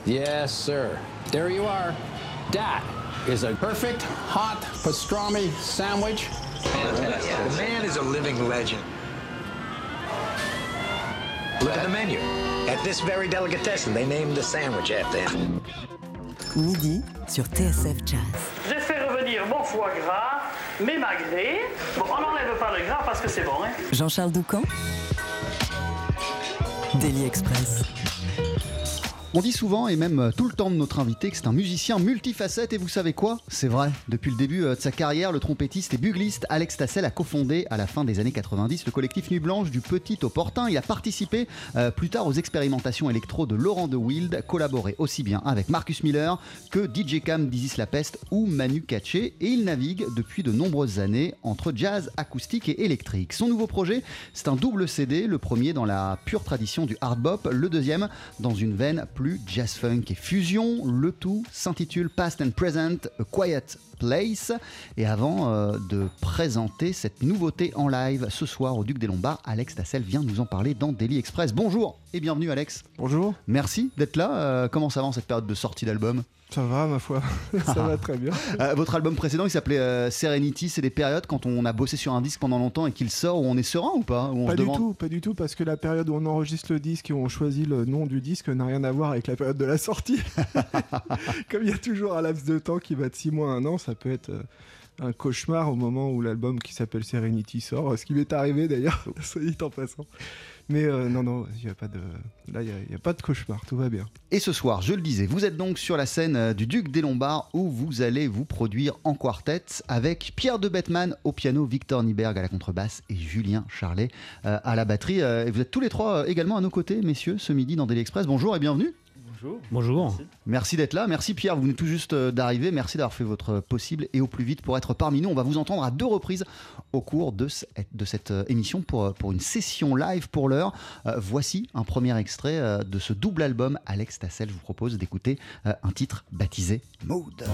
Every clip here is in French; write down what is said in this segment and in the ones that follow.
Yes, sir. There you are. That is a perfect hot pastrami sandwich. The man is a living legend. Look at the menu. At this very delicatessen, they named the sandwich after him. Midi sur TSF Jazz. J'ai fait revenir mon foie gras, mes magrets. Bon, on n'enlève pas le gras parce que c'est bon, hein. Jean-Charles Doucan. Daily Express. On dit souvent, et même tout le temps de notre invité, que c'est un musicien multifacette, et vous savez quoi ? C'est vrai. Depuis le début de sa carrière, le trompettiste et bugliste Alex Tassel a cofondé, à la fin des années 90, le collectif Nuit Blanche du Petit au Portin. Il a participé plus tard aux expérimentations électro de Laurent de Wild, collaboré aussi bien avec Marcus Miller que DJ Cam d'Isis La Peste ou Manu Katché, et il navigue depuis de nombreuses années entre jazz, acoustique et électrique. Son nouveau projet, c'est un double CD, le premier dans la pure tradition du hard bop, le deuxième dans une veine plus jazz funk et fusion. Le tout s'intitule Past and Present, A Quiet Place. Et avant de présenter cette nouveauté en live ce soir au Duc des Lombards, Alex Tassel vient nous en parler dans Daily Express. Bonjour et bienvenue Alex. Bonjour. Merci d'être là. Comment ça va en cette période de sortie d'album ? Ça va ma foi, ça va très bien. Votre album précédent il s'appelait Serenity. C'est des périodes quand on a bossé sur un disque pendant longtemps et qu'il sort où on est serein ou pas, où on Pas du tout, parce que la période où on enregistre le disque et où on choisit le nom du disque n'a rien à voir avec la période de la sortie. Comme il y a toujours un laps de temps qui va de 6 mois à 1 an, ça peut être un cauchemar au moment où l'album qui s'appelle Serenity sort, ce qui m'est arrivé d'ailleurs, soit dit en passant. Mais non, il n'y a pas de... Là, il n'y a pas de cauchemar, tout va bien. Et ce soir, je le disais, vous êtes donc sur la scène du Duc des Lombards où vous allez vous produire en quartet avec Pierre de Bettman au piano, Victor Nyberg à la contrebasse et Julien Charlet à la batterie. Et vous êtes tous les trois également à nos côtés, messieurs, ce midi dans Daily Express. Bonjour et bienvenue. Bonjour. Merci d'être là. Merci Pierre, vous venez tout juste d'arriver. Merci d'avoir fait votre possible et au plus vite pour être parmi nous. On va vous entendre à 2 reprises au cours de cette émission pour une session live pour l'heure. Voici un premier extrait de ce double album. Alex Tassel, je vous propose d'écouter un titre baptisé Mood.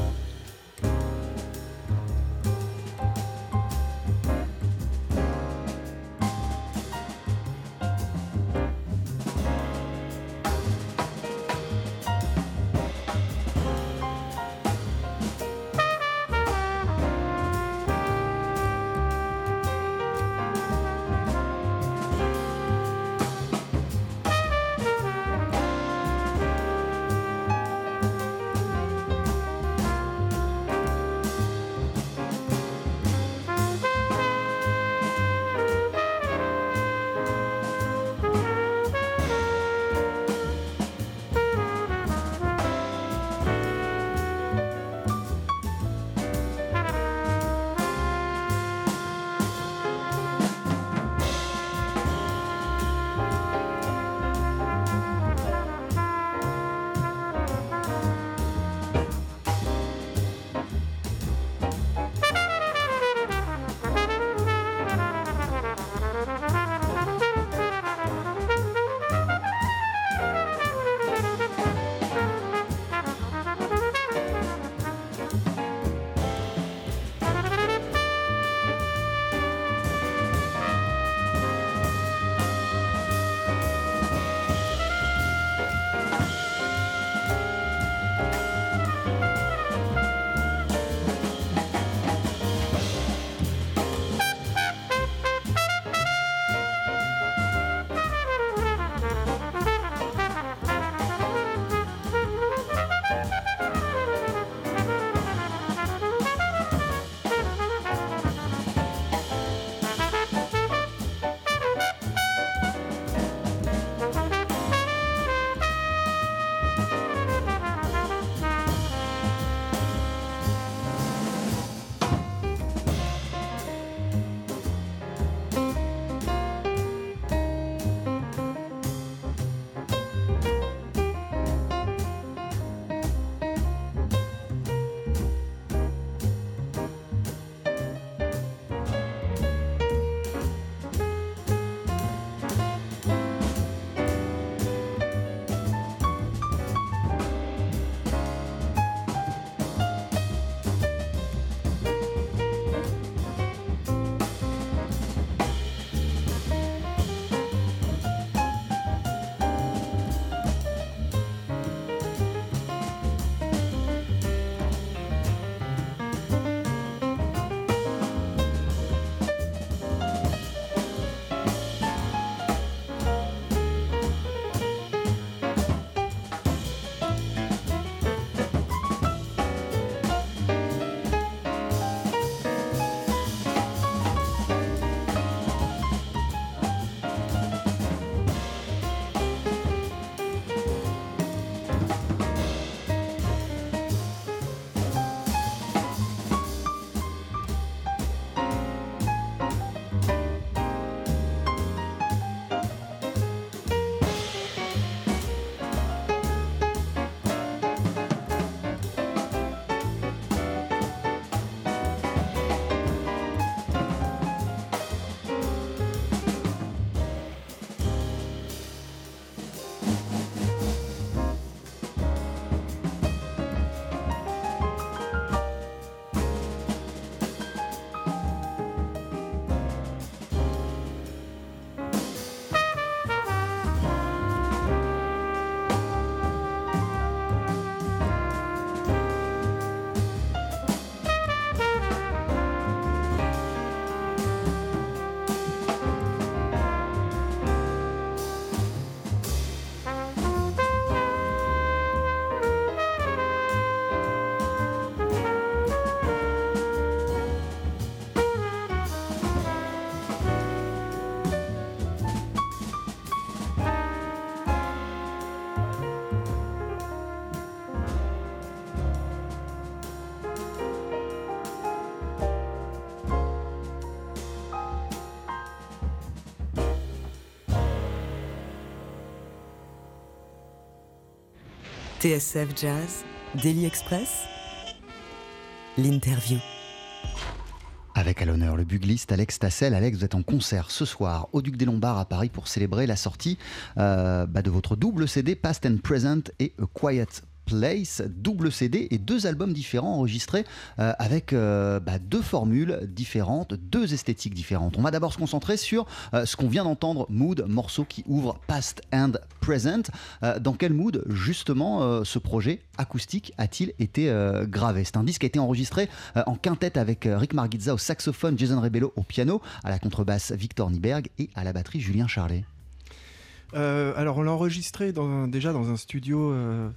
TSF Jazz, Daily Express, l'interview. Avec à l'honneur le bugliste Alex Tassel. Alex, vous êtes en concert ce soir au Duc des Lombards à Paris pour célébrer la sortie de votre double CD Past and Present et A Quiet Place, double CD et 2 albums différents enregistrés avec 2 formules différentes, 2 esthétiques différentes. On va d'abord se concentrer sur ce qu'on vient d'entendre, Mood, morceau qui ouvre Past and Present. Dans quel mood justement ce projet acoustique a-t-il été gravé? C'est un disque qui a été enregistré en quintette avec Rick Margitza au saxophone, Jason Rebello au piano, à la contrebasse Victor Nyberg et à la batterie Julien Charlet. Alors on l'a enregistré déjà dans un studio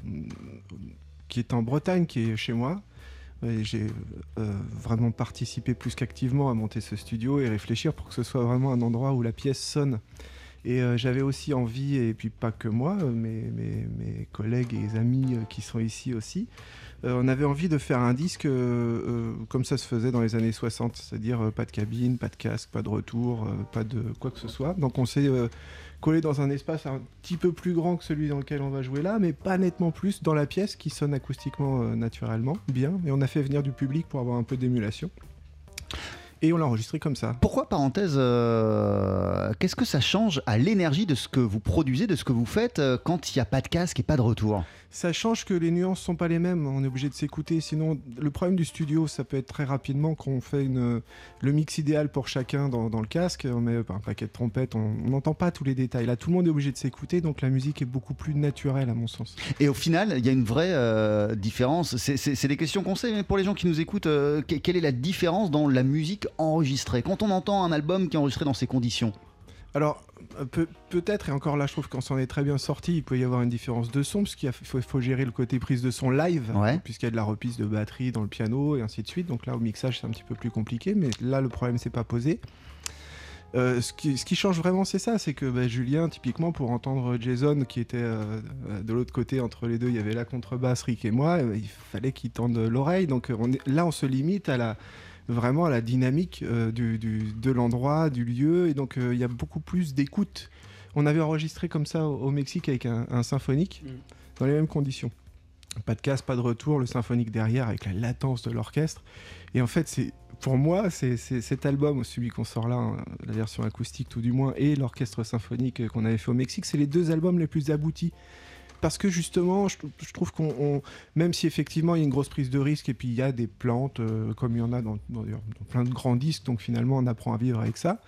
qui est en Bretagne, qui est chez moi. Et j'ai vraiment participé plus qu'activement à monter ce studio et réfléchir pour que ce soit vraiment un endroit où la pièce sonne. Et j'avais aussi envie, et puis pas que moi, mes collègues et amis qui sont ici aussi, on avait envie de faire un disque comme ça se faisait dans les années 60, c'est-à-dire pas de cabine, pas de casque, pas de retour, pas de quoi que ce soit. Donc on s'est collé dans un espace un petit peu plus grand que celui dans lequel on va jouer là, mais pas nettement plus dans la pièce qui sonne acoustiquement naturellement, bien. Et on a fait venir du public pour avoir un peu d'émulation. Et on l'a enregistré comme ça. Pourquoi, parenthèse, qu'est-ce que ça change à l'énergie de ce que vous produisez, de ce que vous faites quand il n'y a pas de casque et pas de retour? Ça change que les nuances sont pas les mêmes, on est obligé de s'écouter. Sinon, le problème du studio, ça peut être très rapidement qu'on fait le mix idéal pour chacun dans le casque. On met un paquet de trompettes, on n'entend pas tous les détails. Là, tout le monde est obligé de s'écouter, donc la musique est beaucoup plus naturelle à mon sens. Et au final, il y a une vraie différence. C'est des questions qu'on sait, mais pour les gens qui nous écoutent, quelle est la différence dans la musique enregistrée quand on entend un album qui est enregistré dans ces conditions? Alors, peut-être, et encore là, je trouve qu'on s'en est très bien sorti, il peut y avoir une différence de son, parce qu'il faut gérer le côté prise de son live, puisqu'il y a de la reprise de batterie dans le piano, et ainsi de suite. Donc là, au mixage, c'est un petit peu plus compliqué, mais là, le problème s'est pas posé. Ce qui change vraiment, c'est ça, c'est que Julien, typiquement, pour entendre Jason, qui était de l'autre côté, entre les deux, il y avait la contrebasse, Rick et moi, il fallait qu'il tende l'oreille. Donc là, on se limite vraiment à la dynamique de l'endroit, du lieu, et donc il y a beaucoup plus d'écoute. On avait enregistré comme ça au Mexique avec un symphonique, dans les mêmes conditions. Pas de casse, pas de retour, le symphonique derrière avec la latence de l'orchestre. Et en fait, pour moi, c'est cet album, celui qu'on sort là, la version acoustique tout du moins, et l'orchestre symphonique qu'on avait fait au Mexique, c'est les 2 albums les plus aboutis. Parce que justement, je trouve même si effectivement il y a une grosse prise de risque et puis il y a des plantes comme il y en a dans plein de grands disques, donc finalement on apprend à vivre avec ça,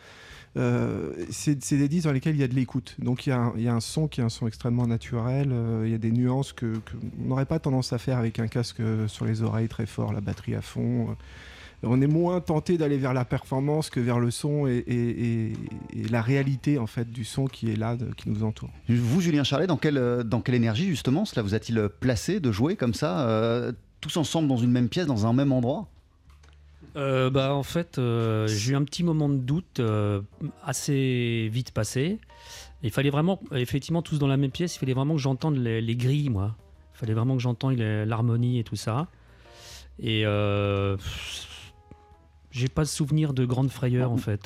c'est des disques dans lesquels il y a de l'écoute. Donc il y a un son qui est un son extrêmement naturel, il y a des nuances qu'on n'aurait pas tendance à faire avec un casque sur les oreilles très fort, la batterie à fond. On est moins tenté d'aller vers la performance que vers le son et la réalité en fait du son qui est là, qui nous entoure. Vous, Julien Charlet, dans quelle énergie justement cela vous a-t-il placé de jouer comme ça, tous ensemble dans une même pièce, dans un même endroit? En fait, j'ai eu un petit moment de doute assez vite passé. Il fallait vraiment, effectivement, tous dans la même pièce, il fallait vraiment que j'entende les grilles, moi. Il fallait vraiment que j'entende l'harmonie et tout ça. Et j'ai pas de souvenir de grande frayeur en fait.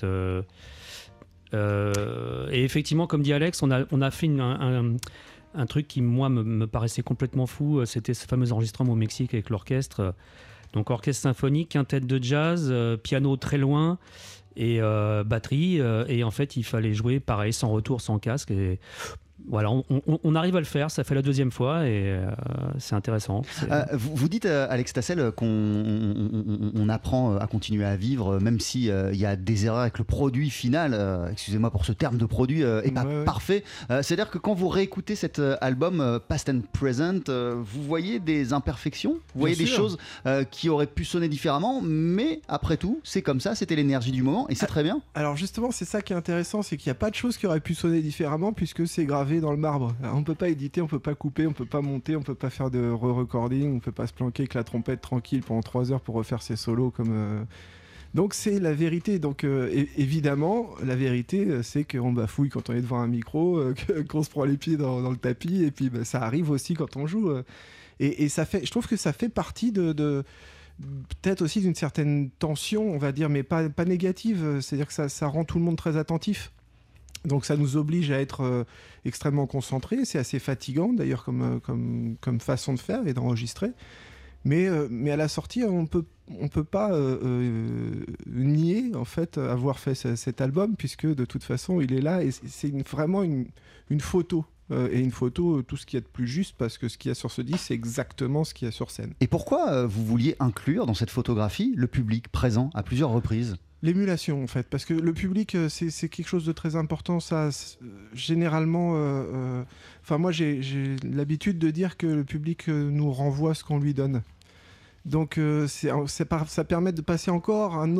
Et effectivement, comme dit Alex, on a fait un truc qui moi me paraissait complètement fou. C'était ce fameux enregistrement au Mexique avec l'orchestre. Donc orchestre symphonique, quintette de jazz, piano très loin et batterie. Et en fait, il fallait jouer pareil, sans retour, sans casque. Et voilà, on arrive à le faire, ça fait la 2e fois et c'est intéressant. Vous dites, Alex Tassel, qu'on apprend à continuer à vivre, même s'il y a des erreurs avec le produit final. Excusez-moi pour ce terme de produit, et pas parfait. C'est-à-dire que quand vous réécoutez cet album Past and Present, vous voyez des imperfections, vous voyez des choses qui auraient pu sonner différemment, mais après tout, c'est comme ça, c'était l'énergie du moment et c'est très bien. Alors justement, c'est ça qui est intéressant, c'est qu'il n'y a pas de choses qui auraient pu sonner différemment puisque c'est gravé dans le marbre. Alors, on peut pas éditer, on peut pas couper, on peut pas monter, on peut pas faire de re-recording, on peut pas se planquer avec la trompette tranquille pendant 3 heures pour refaire ses solos comme... Donc c'est la vérité. Donc évidemment, la vérité, c'est qu'on bafouille quand on est devant un micro, qu'on se prend les pieds dans le tapis, et puis ça arrive aussi quand on joue. Et ça fait, je trouve que ça fait partie de peut-être aussi d'une certaine tension, on va dire, mais pas négative. C'est-à-dire que ça rend tout le monde très attentif. Donc ça nous oblige à être extrêmement concentrés. C'est assez fatigant d'ailleurs comme façon de faire et d'enregistrer. Mais à la sortie, on peut pas nier en fait avoir fait cet album, puisque de toute façon il est là et c'est vraiment une photo. Et une photo, tout ce qu'il y a de plus juste, parce que ce qu'il y a sur ce disque, c'est exactement ce qu'il y a sur scène. Et pourquoi vous vouliez inclure dans cette photographie le public présent à plusieurs reprises ? L'émulation, en fait, parce que le public, c'est quelque chose de très important. Ça, généralement, moi, j'ai l'habitude de dire que le public nous renvoie ce qu'on lui donne. Donc, ça permet de passer encore une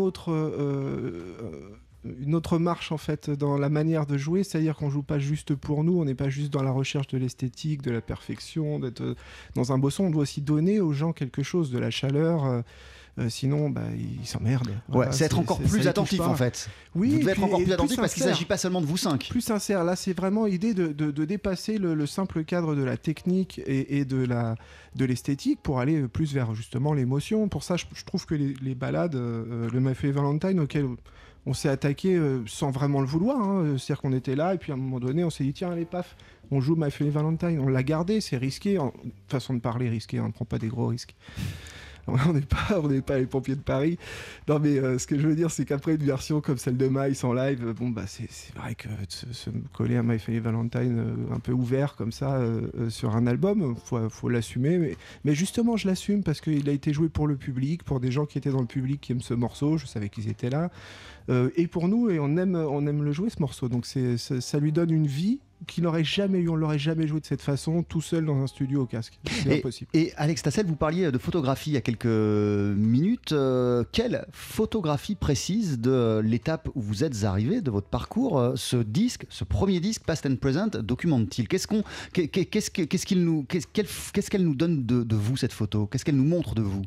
autre marche en fait dans la manière de jouer, c'est-à-dire qu'on joue pas juste pour nous, on n'est pas juste dans la recherche de l'esthétique, de la perfection, d'être dans un beau son, on doit aussi donner aux gens quelque chose, de la chaleur. Sinon, ils s'emmerdent. Voilà, c'est être encore plus attentif en fait. Oui, vous devez être encore plus attentif parce qu'il ne s'agit pas seulement de vous 5. Plus sincère. Là, c'est vraiment l'idée de dépasser le simple cadre de la technique et de l'esthétique pour aller plus vers justement l'émotion. Pour ça, je trouve que les ballades, le My Fair Valentine, auquel on s'est attaqué sans vraiment le vouloir. C'est-à-dire qu'on était là et puis à un moment donné, on s'est dit tiens, allez, paf, on joue My Fair Valentine. On l'a gardé, c'est risqué. Façon de parler, risqué, on ne prend pas des gros risques. On n'est pas les pompiers de Paris. Non, mais ce que je veux dire, c'est qu'après une version comme celle de Miles en live, c'est vrai que se coller un My Fair Valentine un peu ouvert comme ça sur un album, faut l'assumer. Mais justement, je l'assume parce qu'il a été joué pour le public, pour des gens qui étaient dans le public qui aiment ce morceau. Je savais qu'ils étaient là. Et pour nous, et on aime le jouer ce morceau. Donc ça lui donne une vie qu'il n'aurait jamais eu, on l'aurait jamais joué de cette façon, tout seul dans un studio au casque. C'est impossible. Et Alex Tassel, vous parliez de photographie il y a quelques minutes. Quelle photographie précise de l'étape où vous êtes arrivé, de votre parcours, ce premier disque, Past and Present, documente-t-il ? Qu'est-ce qu'elle nous donne de vous, cette photo ? Qu'est-ce qu'elle nous montre de vous ?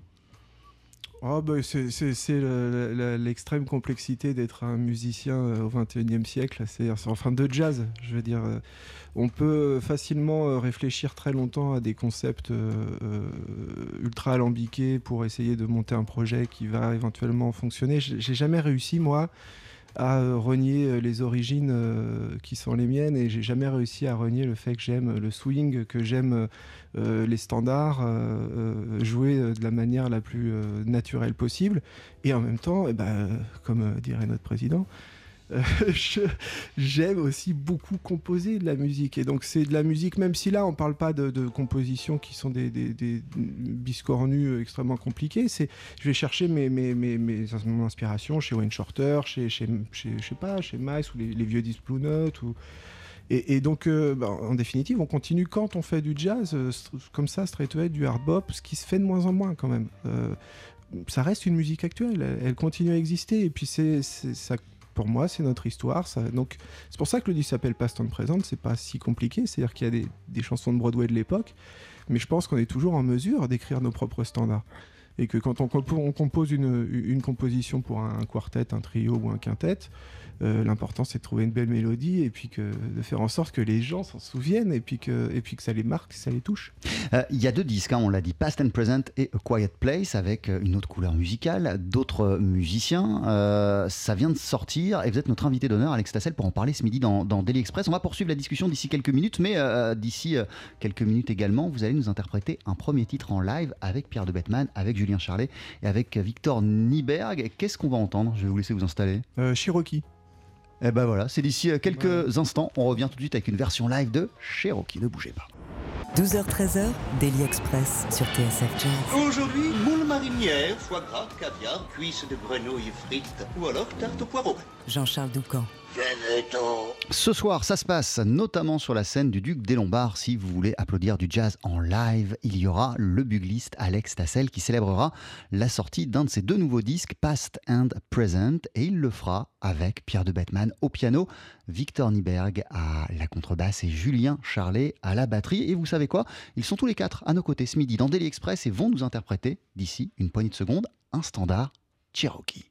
C'est l'extrême complexité d'être un musicien au XXIe siècle, enfin de jazz, je veux dire. On peut facilement réfléchir très longtemps à des concepts ultra alambiqués pour essayer de monter un projet qui va éventuellement fonctionner. J'ai jamais réussi, moi, à renier les origines qui sont les miennes, et j'ai jamais réussi à renier le fait que j'aime le swing, que j'aime les standards, jouer de la manière la plus naturelle possible, et en même temps, comme dirait notre président, j'aime aussi beaucoup composer de la musique, et donc c'est de la musique, même si là on parle pas de compositions qui sont des biscornues extrêmement compliquées. Je vais chercher mon inspiration chez Wayne Shorter, chez Miles, ou les vieux disques Blue Note, et donc en définitive on continue quand on fait du jazz comme ça, straight ahead, du hard bop, ce qui se fait de moins en moins quand même. Ça reste une musique actuelle, elle continue à exister, et puis ça. Pour moi, c'est notre histoire. Donc, c'est pour ça que le disque s'appelle Past and Present. C'est pas si compliqué. C'est-à-dire qu'il y a des chansons de Broadway de l'époque, mais je pense qu'on est toujours en mesure d'écrire nos propres standards. Et que quand on compose une composition pour un quartet, un trio ou un quintet, l'important c'est de trouver une belle mélodie et puis de faire en sorte que les gens s'en souviennent et puis que ça les marque, que ça les touche. Il y a 2 disques, on l'a dit, Past and Present et A Quiet Place, avec une autre couleur musicale, d'autres musiciens. Ça vient de sortir et vous êtes notre invité d'honneur, Alex Tassel, pour en parler ce midi dans Daily Express. On va poursuivre la discussion d'ici quelques minutes, mais d'ici quelques minutes également, vous allez nous interpréter un premier titre en live avec Pierre de Bettman, avec Julien Charlet et avec Victor Nyberg. Qu'est-ce qu'on va entendre ? Je vais vous laisser vous installer. Cherokee. Et ben voilà, c'est d'ici quelques instants. On revient tout de suite avec une version live de Cherokee. Ne bougez pas. 12h-13h, Daily Express sur TSF Jazz. Aujourd'hui, moule marinière, foie gras, caviar, cuisses de grenouille frites ou alors tarte au poireau. Jean-Charles Doucan. Ce soir, ça se passe notamment sur la scène du Duc des Lombards. Si vous voulez applaudir du jazz en live, il y aura le bugliste Alex Tassel qui célébrera la sortie d'un de ses 2 nouveaux disques, Past and Present, et il le fera avec Pierre de Bettman au piano, Victor Nyberg à la contrebasse et Julien Charlet à la batterie. Et vous savez quoi ? Ils sont tous les 4 à nos côtés ce midi dans Daily Express et vont nous interpréter, d'ici une poignée de secondes, un standard Cherokee.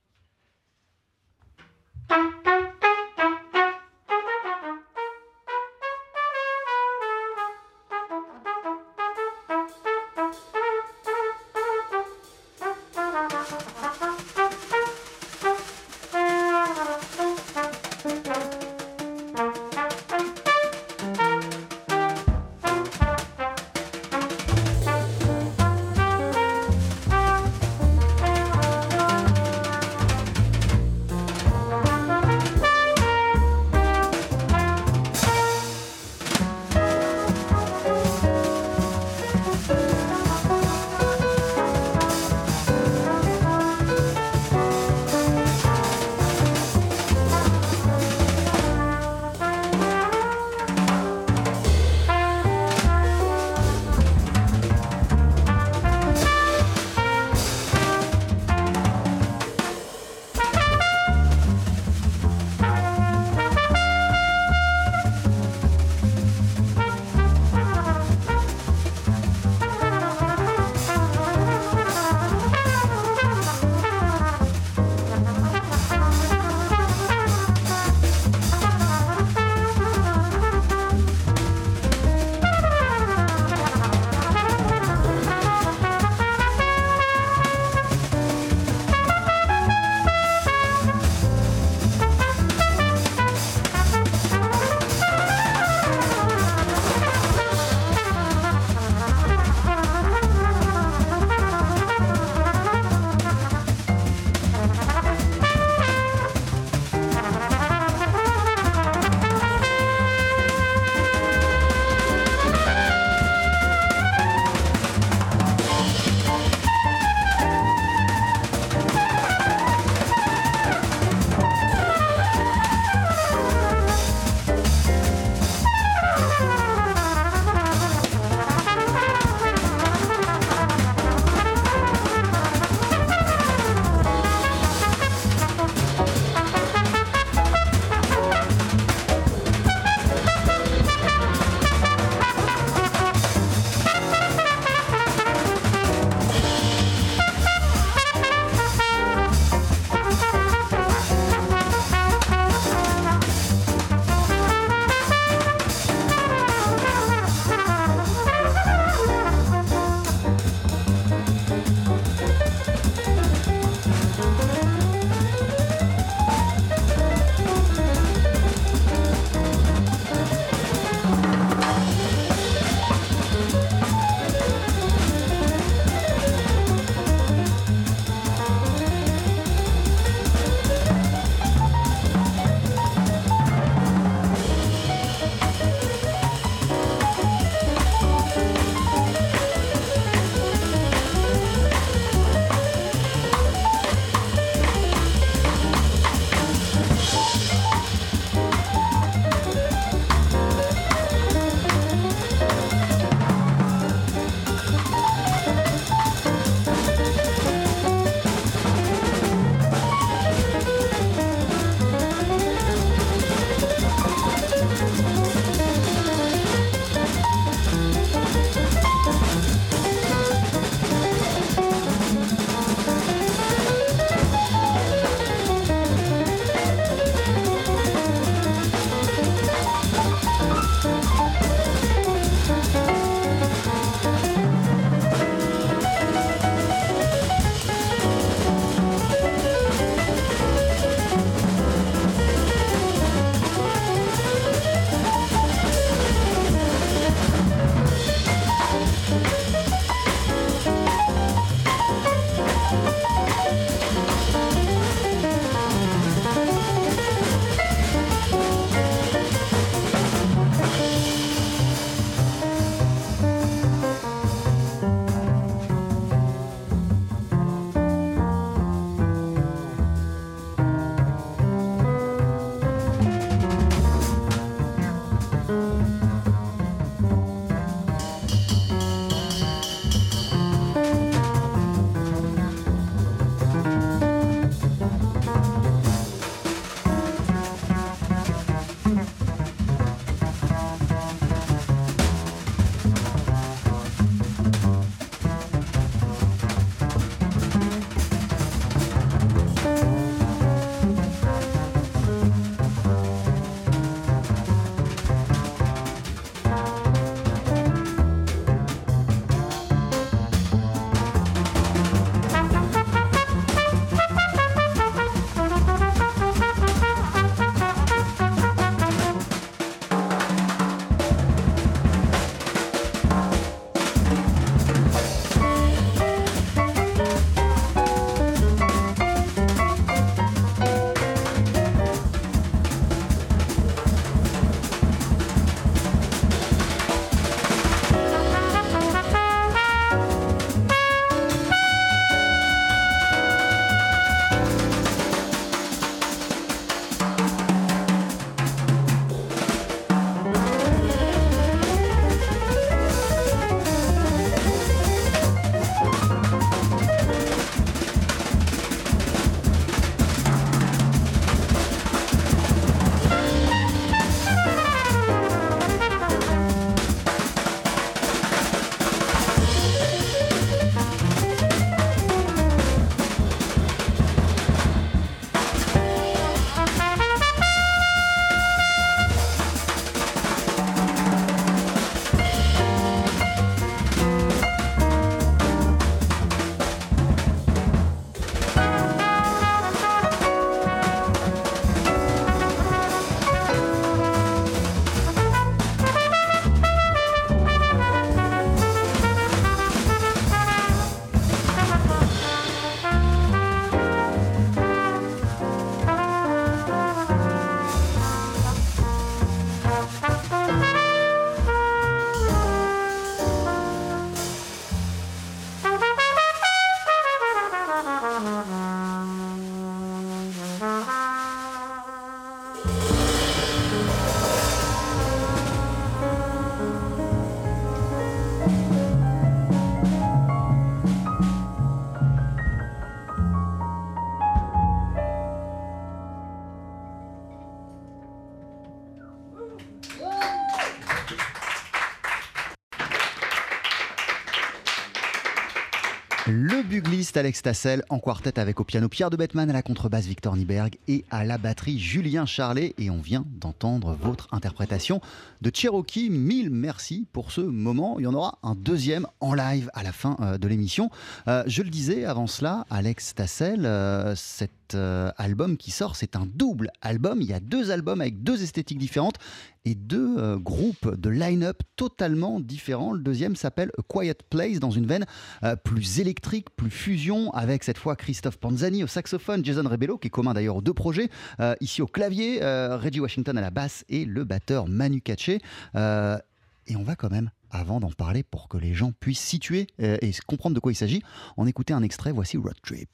Le bugliste Alex Tassel en quartet avec au piano Pierre de Bettman, à la contrebasse Victor Nyberg et à la batterie Julien Charlet. Et on vient d'entendre votre interprétation de Cherokee. Mille merci pour ce moment. Il y en aura un deuxième en live à la fin de l'émission. Je le disais avant cela, Alex Tassel, cet album qui sort, c'est un double album. Il y a 2 albums avec 2 esthétiques différentes et 2 groupes de line-up totalement différents. Le deuxième s'appelle A Quiet Place, dans une veine plus électrique, plus fusion, avec cette fois Christophe Panzani au saxophone, Jason Rebello, qui est commun d'ailleurs aux 2 projets, ici au clavier, Reggie Washington à la basse et le batteur Manu Katché. Et on va quand même, avant d'en parler, pour que les gens puissent situer et comprendre de quoi il s'agit, en écouter un extrait. Voici Road Trip.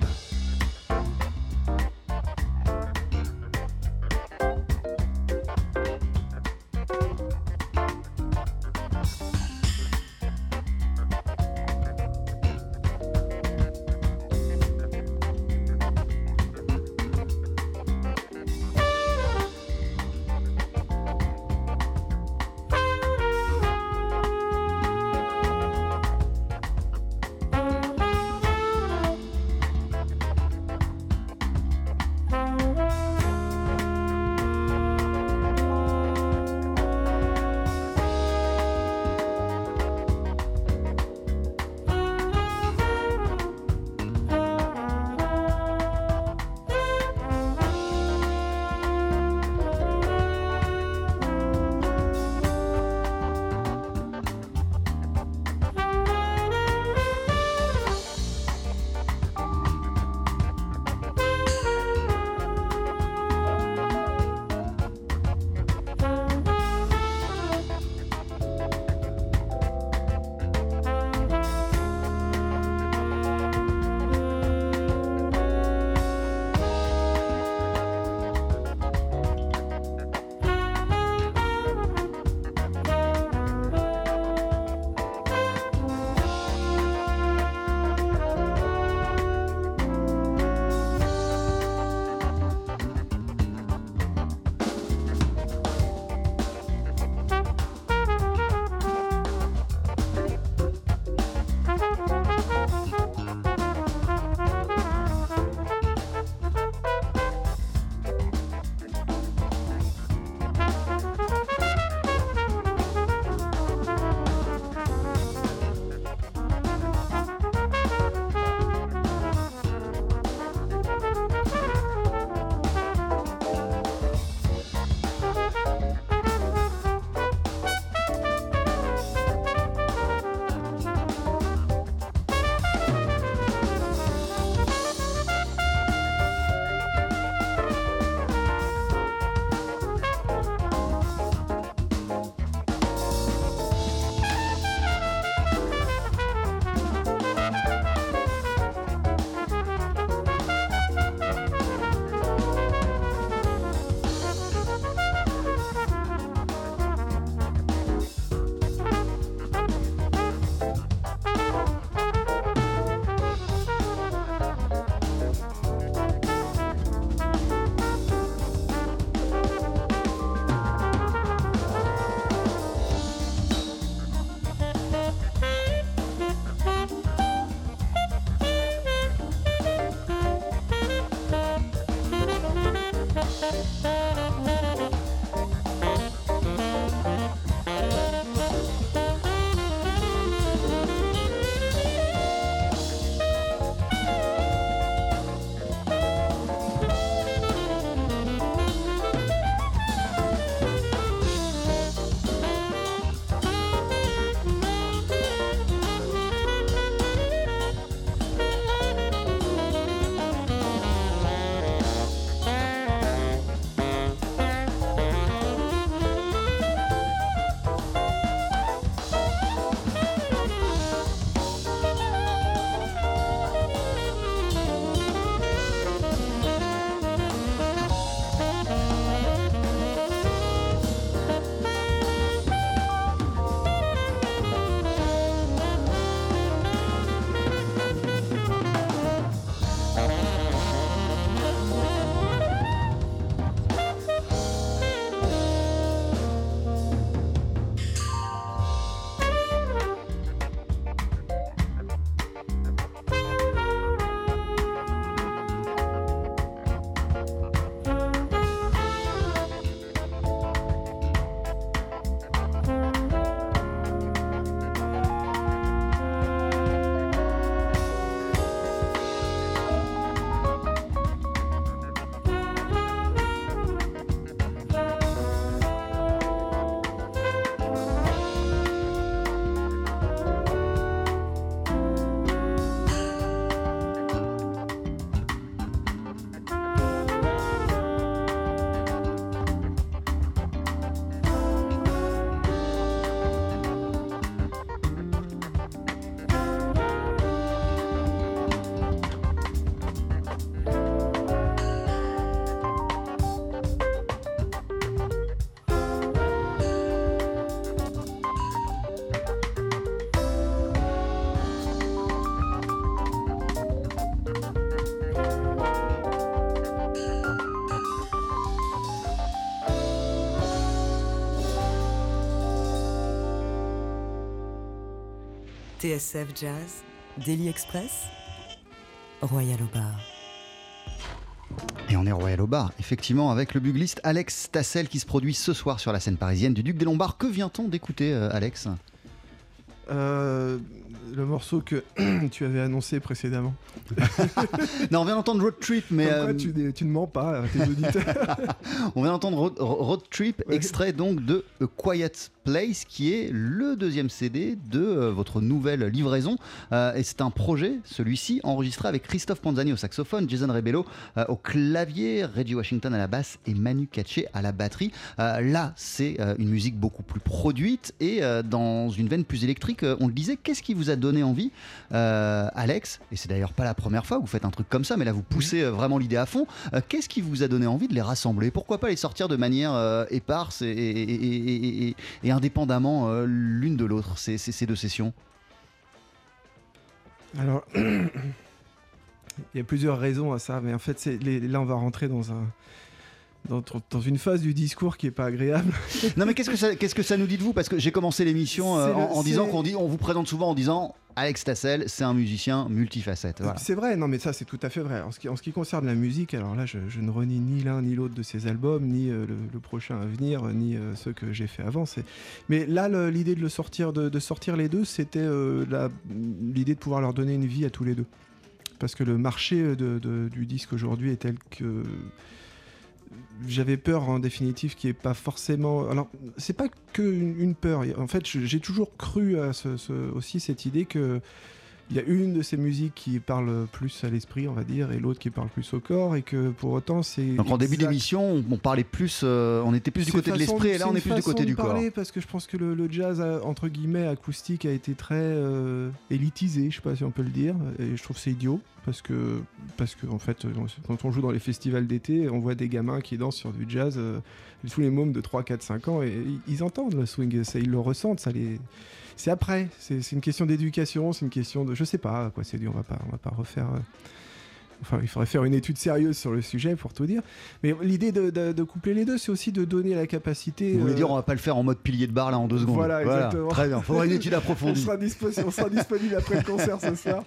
TSF Jazz, Daily Express, Royal au bar. Et on est Royal au bar, effectivement, avec le bugliste Alex Tassel qui se produit ce soir sur la scène parisienne du Duc des Lombards. Que vient-on d'écouter, Alex ? Le morceau que tu avais annoncé précédemment. Non, on vient d'entendre Road Trip, mais... Pourquoi tu ne mens pas à tes auditeurs. On vient d'entendre Road Trip, extrait donc de A Quiet Place, qui est le deuxième CD de votre nouvelle livraison. Et c'est un projet, celui-ci, enregistré avec Christophe Panzani au saxophone, Jason Rebello au clavier, Reggie Washington à la basse et Manu Katché à la batterie. Là, c'est une musique beaucoup plus produite et dans une veine plus électrique. On le disait, qu'est-ce qui vous a donné envie, Alex, et c'est d'ailleurs pas la première fois que vous faites un truc comme ça, mais là vous poussez vraiment l'idée à fond, qu'est-ce qui vous a donné envie de les rassembler ? Pourquoi pas les sortir de manière éparse et indépendamment l'une de l'autre, ces deux sessions ? Alors, il y a plusieurs raisons à ça, mais en fait, là on va rentrer dans une phase du discours qui est pas agréable. Non mais qu'est-ce que ça nous dit de vous ? Parce que j'ai commencé l'émission en disant on vous présente souvent en disant Alex Tassel, c'est un musicien multifacette. Voilà. C'est vrai, non mais ça c'est tout à fait vrai. En ce qui concerne la musique, alors là je ne renie ni l'un ni l'autre de ces albums, ni le prochain à venir, ni ceux que j'ai fait avant. Mais là l'idée de sortir les deux, c'était l'idée de pouvoir leur donner une vie à tous les deux. Parce que le marché du disque aujourd'hui est tel que... J'avais peur en définitive qu'il n'y ait pas forcément... Alors, c'est pas qu'une peur. En fait, j'ai toujours cru à aussi cette idée qu'il y a une de ces musiques qui parle plus à l'esprit, on va dire, et l'autre qui parle plus au corps, et que pour autant, c'est... Donc en début d'émission, on parlait plus... on était plus du côté de l'esprit, et là on est plus du côté du corps. Parce que je pense que le jazz, entre guillemets, acoustique, a été très élitisé, je sais pas si on peut le dire, et je trouve que c'est idiot. Parce que en fait, quand on joue dans les festivals d'été, on voit des gamins qui dansent sur du jazz, tous les mômes de 3, 4, 5 ans, et ils entendent le swing, ils le ressentent, c'est après, c'est une question d'éducation, c'est une question de... Je sais pas à quoi c'est dû, on va pas refaire... Enfin, il faudrait faire une étude sérieuse sur le sujet pour tout dire. Mais l'idée de coupler les deux, c'est aussi de donner la capacité... Vous voulez dire, on va pas le faire en mode pilier de bar là en 2 secondes. Voilà, exactement. Très bien, il faudra une étude approfondie. On sera disponible après le concert ce soir.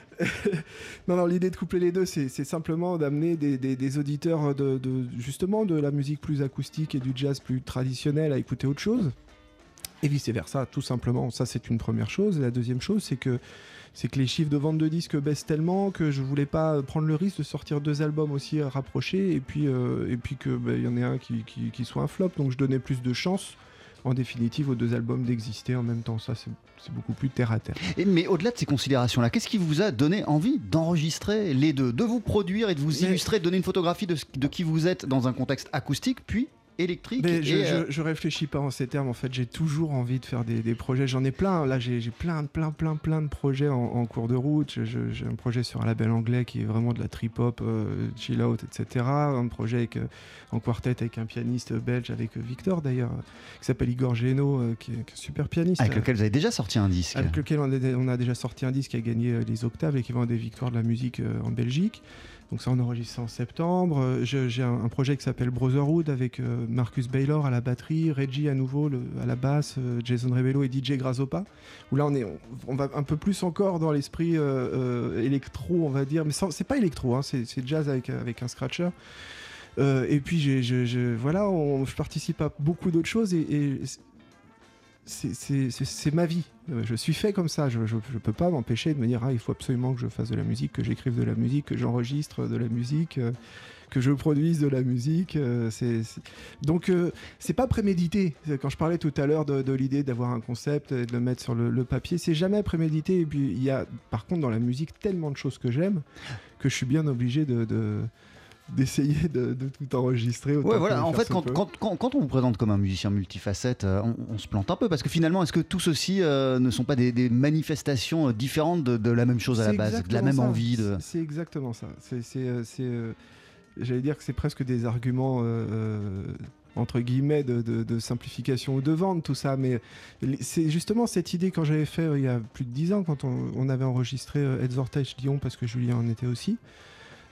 Non, l'idée de coupler les deux, c'est simplement d'amener des auditeurs justement de la musique plus acoustique et du jazz plus traditionnel à écouter autre chose. Et vice-versa, tout simplement. Ça, c'est une première chose. Et la deuxième chose, c'est que les chiffres de vente de disques baissent tellement que je voulais pas prendre le risque de sortir 2 albums aussi rapprochés et puis que y en ait un qui soit un flop. Donc je donnais plus de chance en définitive aux 2 albums d'exister en même temps. Ça c'est beaucoup plus terre à terre. Mais au-delà de ces considérations-là, qu'est-ce qui vous a donné envie d'enregistrer les deux, de vous produire et de vous illustrer, de donner une photographie de qui vous êtes dans un contexte acoustique, puis électrique? Mais je réfléchis pas en ces termes. En fait, j'ai toujours envie de faire des projets. J'en ai plein. Là, j'ai plein de projets en cours de route. J'ai un projet sur un label anglais qui est vraiment de la trip-hop, chill out, etc. Un projet en quartet avec un pianiste belge, avec Victor d'ailleurs, qui s'appelle Igor Geno, qui est un super pianiste. Avec lequel vous avez déjà sorti un disque. Avec lequel on a déjà sorti un disque qui a gagné les octaves et qui vend des victoires de la musique en Belgique. Donc ça, on enregistre en septembre. J'ai un projet qui s'appelle Brotherhood avec Marcus Baylor à la batterie, Reggie à nouveau à la basse, Jason Rebello et DJ Grazopa. Où là, on va un peu plus encore dans l'esprit électro, on va dire. Mais c'est pas électro, hein, c'est jazz avec un scratcher. Et puis, je participe à beaucoup d'autres choses et c'est ma vie. Je suis fait comme ça. Je peux pas m'empêcher de me dire il faut absolument que je fasse de la musique, que j'écrive de la musique, que j'enregistre de la musique, que je produise de la musique. Donc c'est pas prémédité. Quand je parlais tout à l'heure de l'idée d'avoir un concept et de le mettre sur le papier, c'est jamais prémédité. Et puis il y a par contre dans la musique tellement de choses que j'aime que je suis bien obligé d'essayer de tout enregistrer. Ouais, voilà. En fait, quand on vous présente comme un musicien multifacette, on se plante un peu parce que finalement, est-ce que tout ceci ne sont pas des manifestations différentes de la même chose à la base, de la même envie de... C'est exactement ça. J'allais dire que c'est presque des arguments entre guillemets de simplification ou de vente, tout ça, mais c'est justement cette idée quand j'avais fait il y a plus de 10 ans, quand on avait enregistré Edzortage Lyon, parce que Julien en était aussi.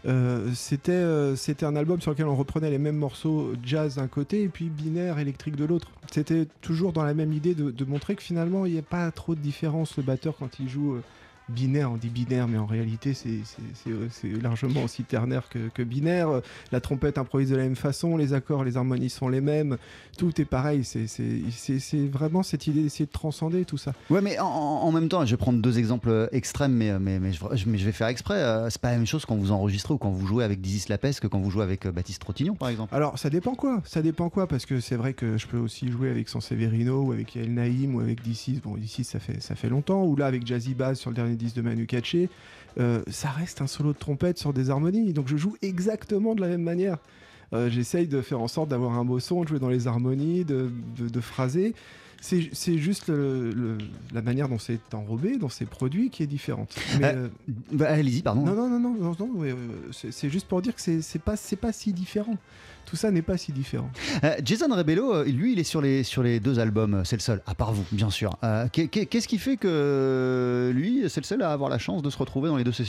C'était un album sur lequel on reprenait les mêmes morceaux jazz d'un côté et puis binaire électrique de l'autre. C'était toujours dans la même idée de montrer que finalement il n'y a pas trop de différence. Le batteur quand il joue binaire, on dit binaire, mais en réalité c'est largement aussi ternaire que binaire. La trompette improvise de la même façon, les accords, les harmonies sont les mêmes, tout est pareil. C'est vraiment cette idée d'essayer de transcender tout ça. Ouais, mais en même temps, je vais prendre deux exemples extrêmes, mais je vais faire exprès. C'est pas la même chose quand vous enregistrez ou quand vous jouez avec Dizzy Slapes que quand vous jouez avec Baptiste Trottignon, par exemple. Alors ça dépend quoi, parce que c'est vrai que je peux aussi jouer avec Sanseverino ou avec Yael Naïm ou avec DC. Bon, DC ça fait longtemps, ou là avec Jazzy Bass sur le dernier disque de Manu Katché. Ça reste un solo de trompette sur des harmonies, donc je joue exactement de la même manière. J'essaye de faire en sorte d'avoir un beau son, de jouer dans les harmonies, de phraser. C'est juste la manière dont c'est enrobé, dont c'est produit qui est différente. Mais, allez-y, pardon. Non, c'est juste pour dire que c'est pas si différent. Tout ça n'est pas si différent. Jason Rebello, lui, il est sur les deux albums, c'est le seul, à part vous, bien sûr. Qu'est-ce qui fait que lui, c'est le seul à avoir la chance de se retrouver dans les deux sessions ?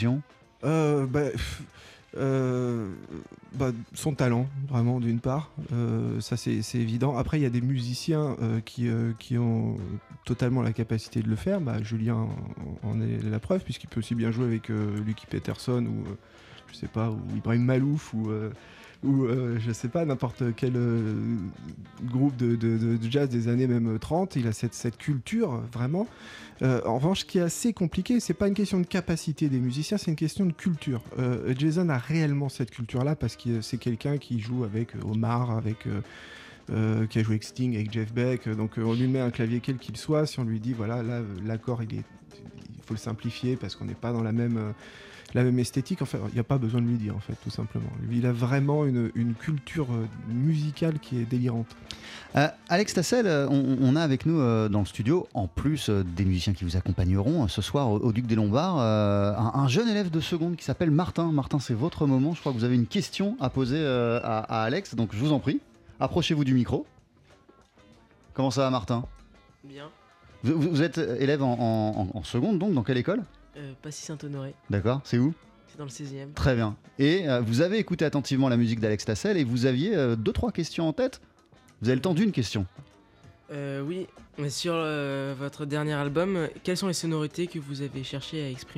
Son talent, vraiment, d'une part, ça c'est évident. Après, il y a des musiciens qui ont totalement la capacité de le faire. Julien en est la preuve, puisqu'il peut aussi bien jouer avec Lucky Peterson ou je sais pas, ou Ibrahim Malouf ou je sais pas, n'importe quel groupe de jazz des années même 30. Il a cette culture, vraiment. En revanche, ce qui est assez compliqué, c'est pas une question de capacité des musiciens, c'est une question de culture. Jason a réellement cette culture-là parce que c'est quelqu'un qui joue avec Omar, qui a joué avec Sting, avec Jeff Beck. Donc on lui met un clavier quel qu'il soit, si on lui dit voilà, là l'accord il faut le simplifier parce qu'on n'est pas dans la même esthétique, enfin, il n'y a pas besoin de lui dire, en fait, tout simplement. Lui, il a vraiment une culture musicale qui est délirante. Alex Tassel, on a avec nous dans le studio, en plus des musiciens qui vous accompagneront ce soir au Duc des Lombards, un jeune élève de seconde qui s'appelle Martin. Martin, c'est votre moment. Je crois que vous avez une question à poser à Alex, donc je vous en prie, approchez-vous du micro. Comment ça va, Martin ? Bien. Vous êtes élève en seconde, donc dans quelle école ? Passy-Saint-Honoré. D'accord, c'est où ? C'est dans le 16e. Très bien. Et vous avez écouté attentivement la musique d'Alex Tassel et vous aviez 2-3 questions en tête ? Vous avez le temps d'une question. Oui, mais sur votre dernier album, quelles sont les sonorités que vous avez cherché à exprimer ?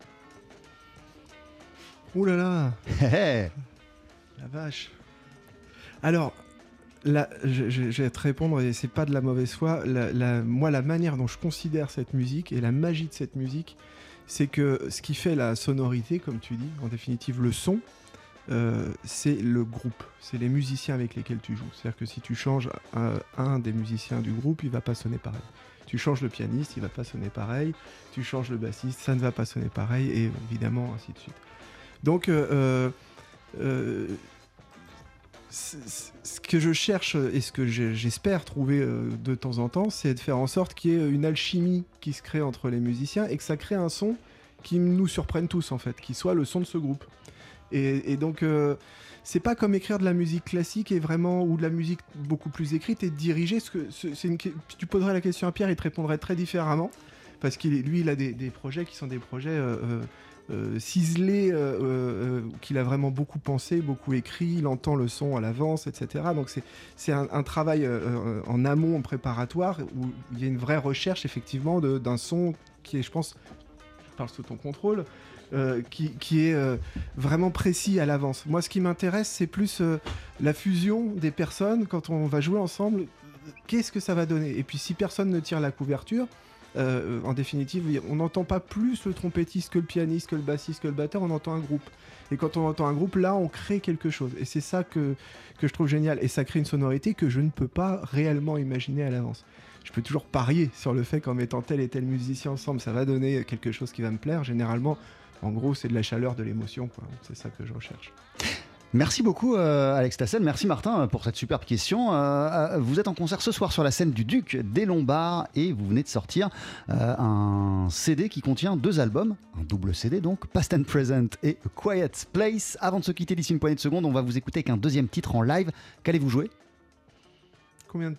Ouh là là. La vache. Alors, là, je vais te répondre, et c'est pas de la mauvaise foi. Moi, la manière dont je considère cette musique et la magie de cette musique, c'est que ce qui fait la sonorité, comme tu dis, en définitive le son, c'est le groupe, c'est les musiciens avec lesquels tu joues. C'est-à-dire que si tu changes un des musiciens du groupe, il va pas sonner pareil. Tu changes le pianiste, il va pas sonner pareil. Tu changes le bassiste, ça ne va pas sonner pareil, et évidemment ainsi de suite. Donc, ce que je cherche et ce que j'espère trouver de temps en temps, c'est de faire en sorte qu'il y ait une alchimie qui se crée entre les musiciens et que ça crée un son qui nous surprenne tous, en fait, qui soit le son de ce groupe. Et donc, c'est pas comme écrire de la musique classique et vraiment, ou de la musique beaucoup plus écrite et dirigée. Tu poserais la question à Pierre, il te répondrait très différemment, parce qu'il a des projets qui sont des projets ciselé, qu'il a vraiment beaucoup pensé, beaucoup écrit, il entend le son à l'avance, etc. Donc c'est un travail en amont, en préparatoire, où il y a une vraie recherche effectivement d'un son qui est, je pense, je parle sous ton contrôle, qui est vraiment précis à l'avance. Moi, ce qui m'intéresse, c'est plus la fusion des personnes quand on va jouer ensemble. Qu'est-ce que ça va donner ? Et puis si personne ne tire la couverture, en définitive, on n'entend pas plus le trompettiste que le pianiste, que le bassiste, que le batteur, on entend un groupe. Et quand on entend un groupe, là, on crée quelque chose. Et c'est ça que je trouve génial. Et ça crée une sonorité que je ne peux pas réellement imaginer à l'avance. Je peux toujours parier sur le fait qu'en mettant tel et tel musicien ensemble, ça va donner quelque chose qui va me plaire. Généralement, en gros, c'est de la chaleur, de l'émotion, quoi. C'est ça que je recherche. Merci beaucoup Alex Tassel, merci Martin pour cette superbe question. Vous êtes en concert ce soir sur la scène du Duc des Lombards et vous venez de sortir un CD qui contient 2 albums, un double CD donc, Past and Present et A Quiet Place. Avant de se quitter d'ici une poignée de secondes, on va vous écouter avec un deuxième titre en live. Qu'allez-vous jouer ? Combien de temps on a ?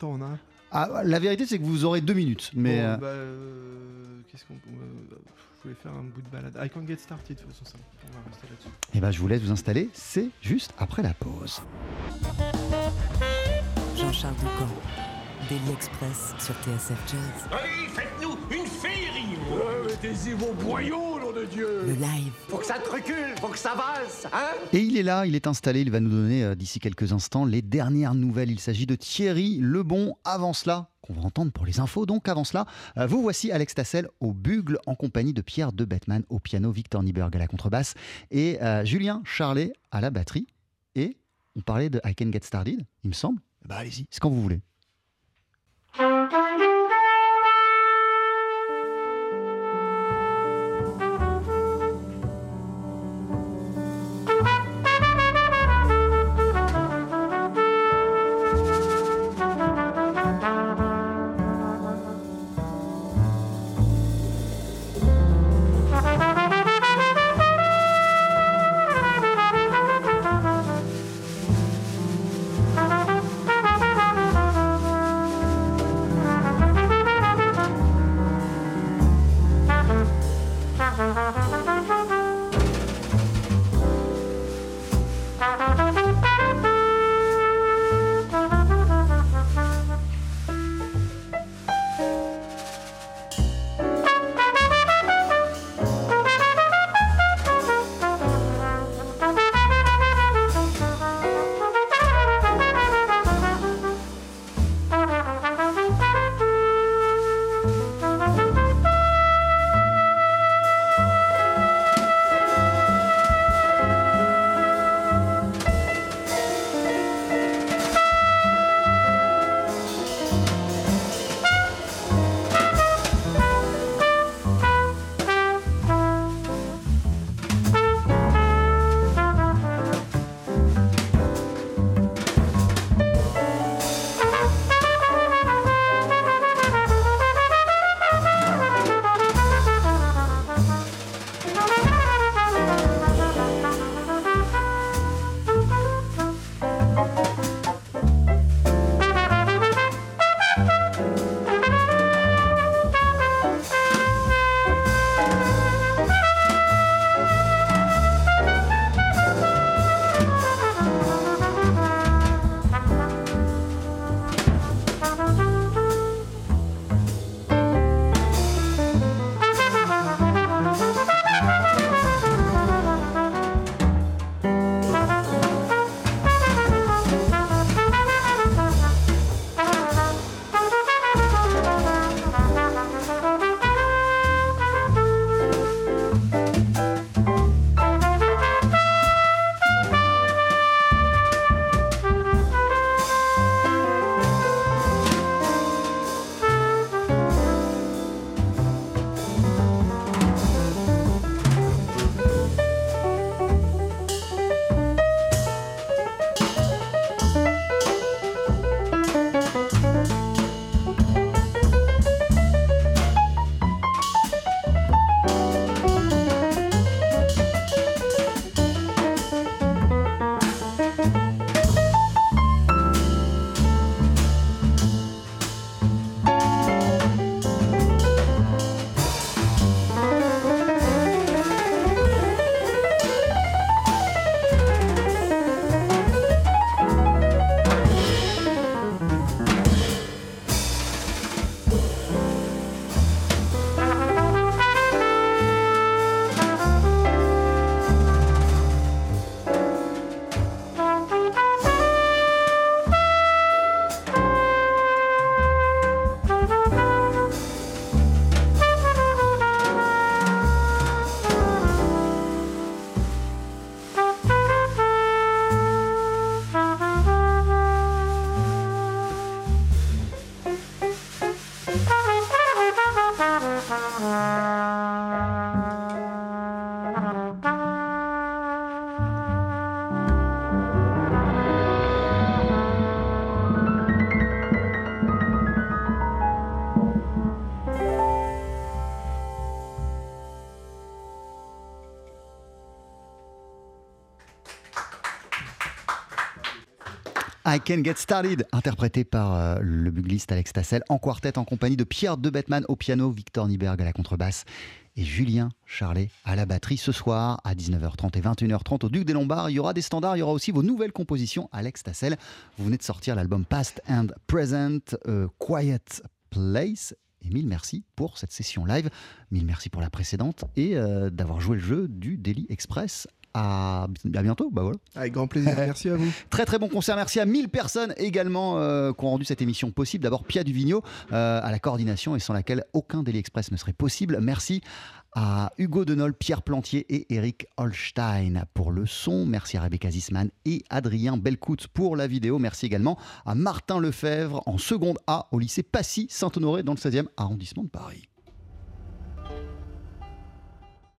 Ah, la vérité, c'est que vous aurez 2 minutes. Mais Bon, qu'est-ce qu'on. Je voulais faire un bout de balade. I can't get started, de toute façon, ça. On va rester là-dessus. eh ben, je vous laisse vous installer. C'est juste après la pause. Jean-Charles Doucan, Daily Express sur TSF Jazz. Allez, faites-nous une féerie. Mettez-y vos boyaux, nom de Dieu. Le live. Faut que ça te recule, faut que ça valse, hein. Et il est là, il est installé. Il va nous donner d'ici quelques instants les dernières nouvelles. Il s'agit de Thierry Lebon. Avant cela, qu'on va entendre pour les infos. Donc avant cela, vous voici Alex Tassel au bugle en compagnie de Pierre de Bettman au piano, Victor Nieberg à la contrebasse et Julien Charlet à la batterie. Et on parlait de I Can Get Started, il me semble. Bah allez-y, c'est quand vous voulez. I Can Get Started, interprété par le bugliste Alex Tassel, en quartet en compagnie de Pierre de Bettman au piano, Victor Nyberg à la contrebasse et Julien Charlet à la batterie. Ce soir, à 19h30 et 21h30 au Duc des Lombards, il y aura des standards, il y aura aussi vos nouvelles compositions. Alex Tassel, vous venez de sortir l'album Past and Present, Quiet Place. Et mille merci pour cette session live, mille merci pour la précédente et d'avoir joué le jeu du Daily Express. À bientôt, bah voilà. Avec grand plaisir, merci à vous. Très très bon concert, merci à 1000 personnes également qui ont rendu cette émission possible. D'abord Pia Duvigneau à la coordination et sans laquelle aucun Daily Express ne serait possible. Merci à Hugo Denol, Pierre Plantier et Eric Holstein pour le son. Merci à Rebecca Zisman et Adrien Belcout pour la vidéo. Merci également à Martin Lefebvre en seconde A au lycée Passy Saint-Honoré dans le 16e arrondissement de Paris.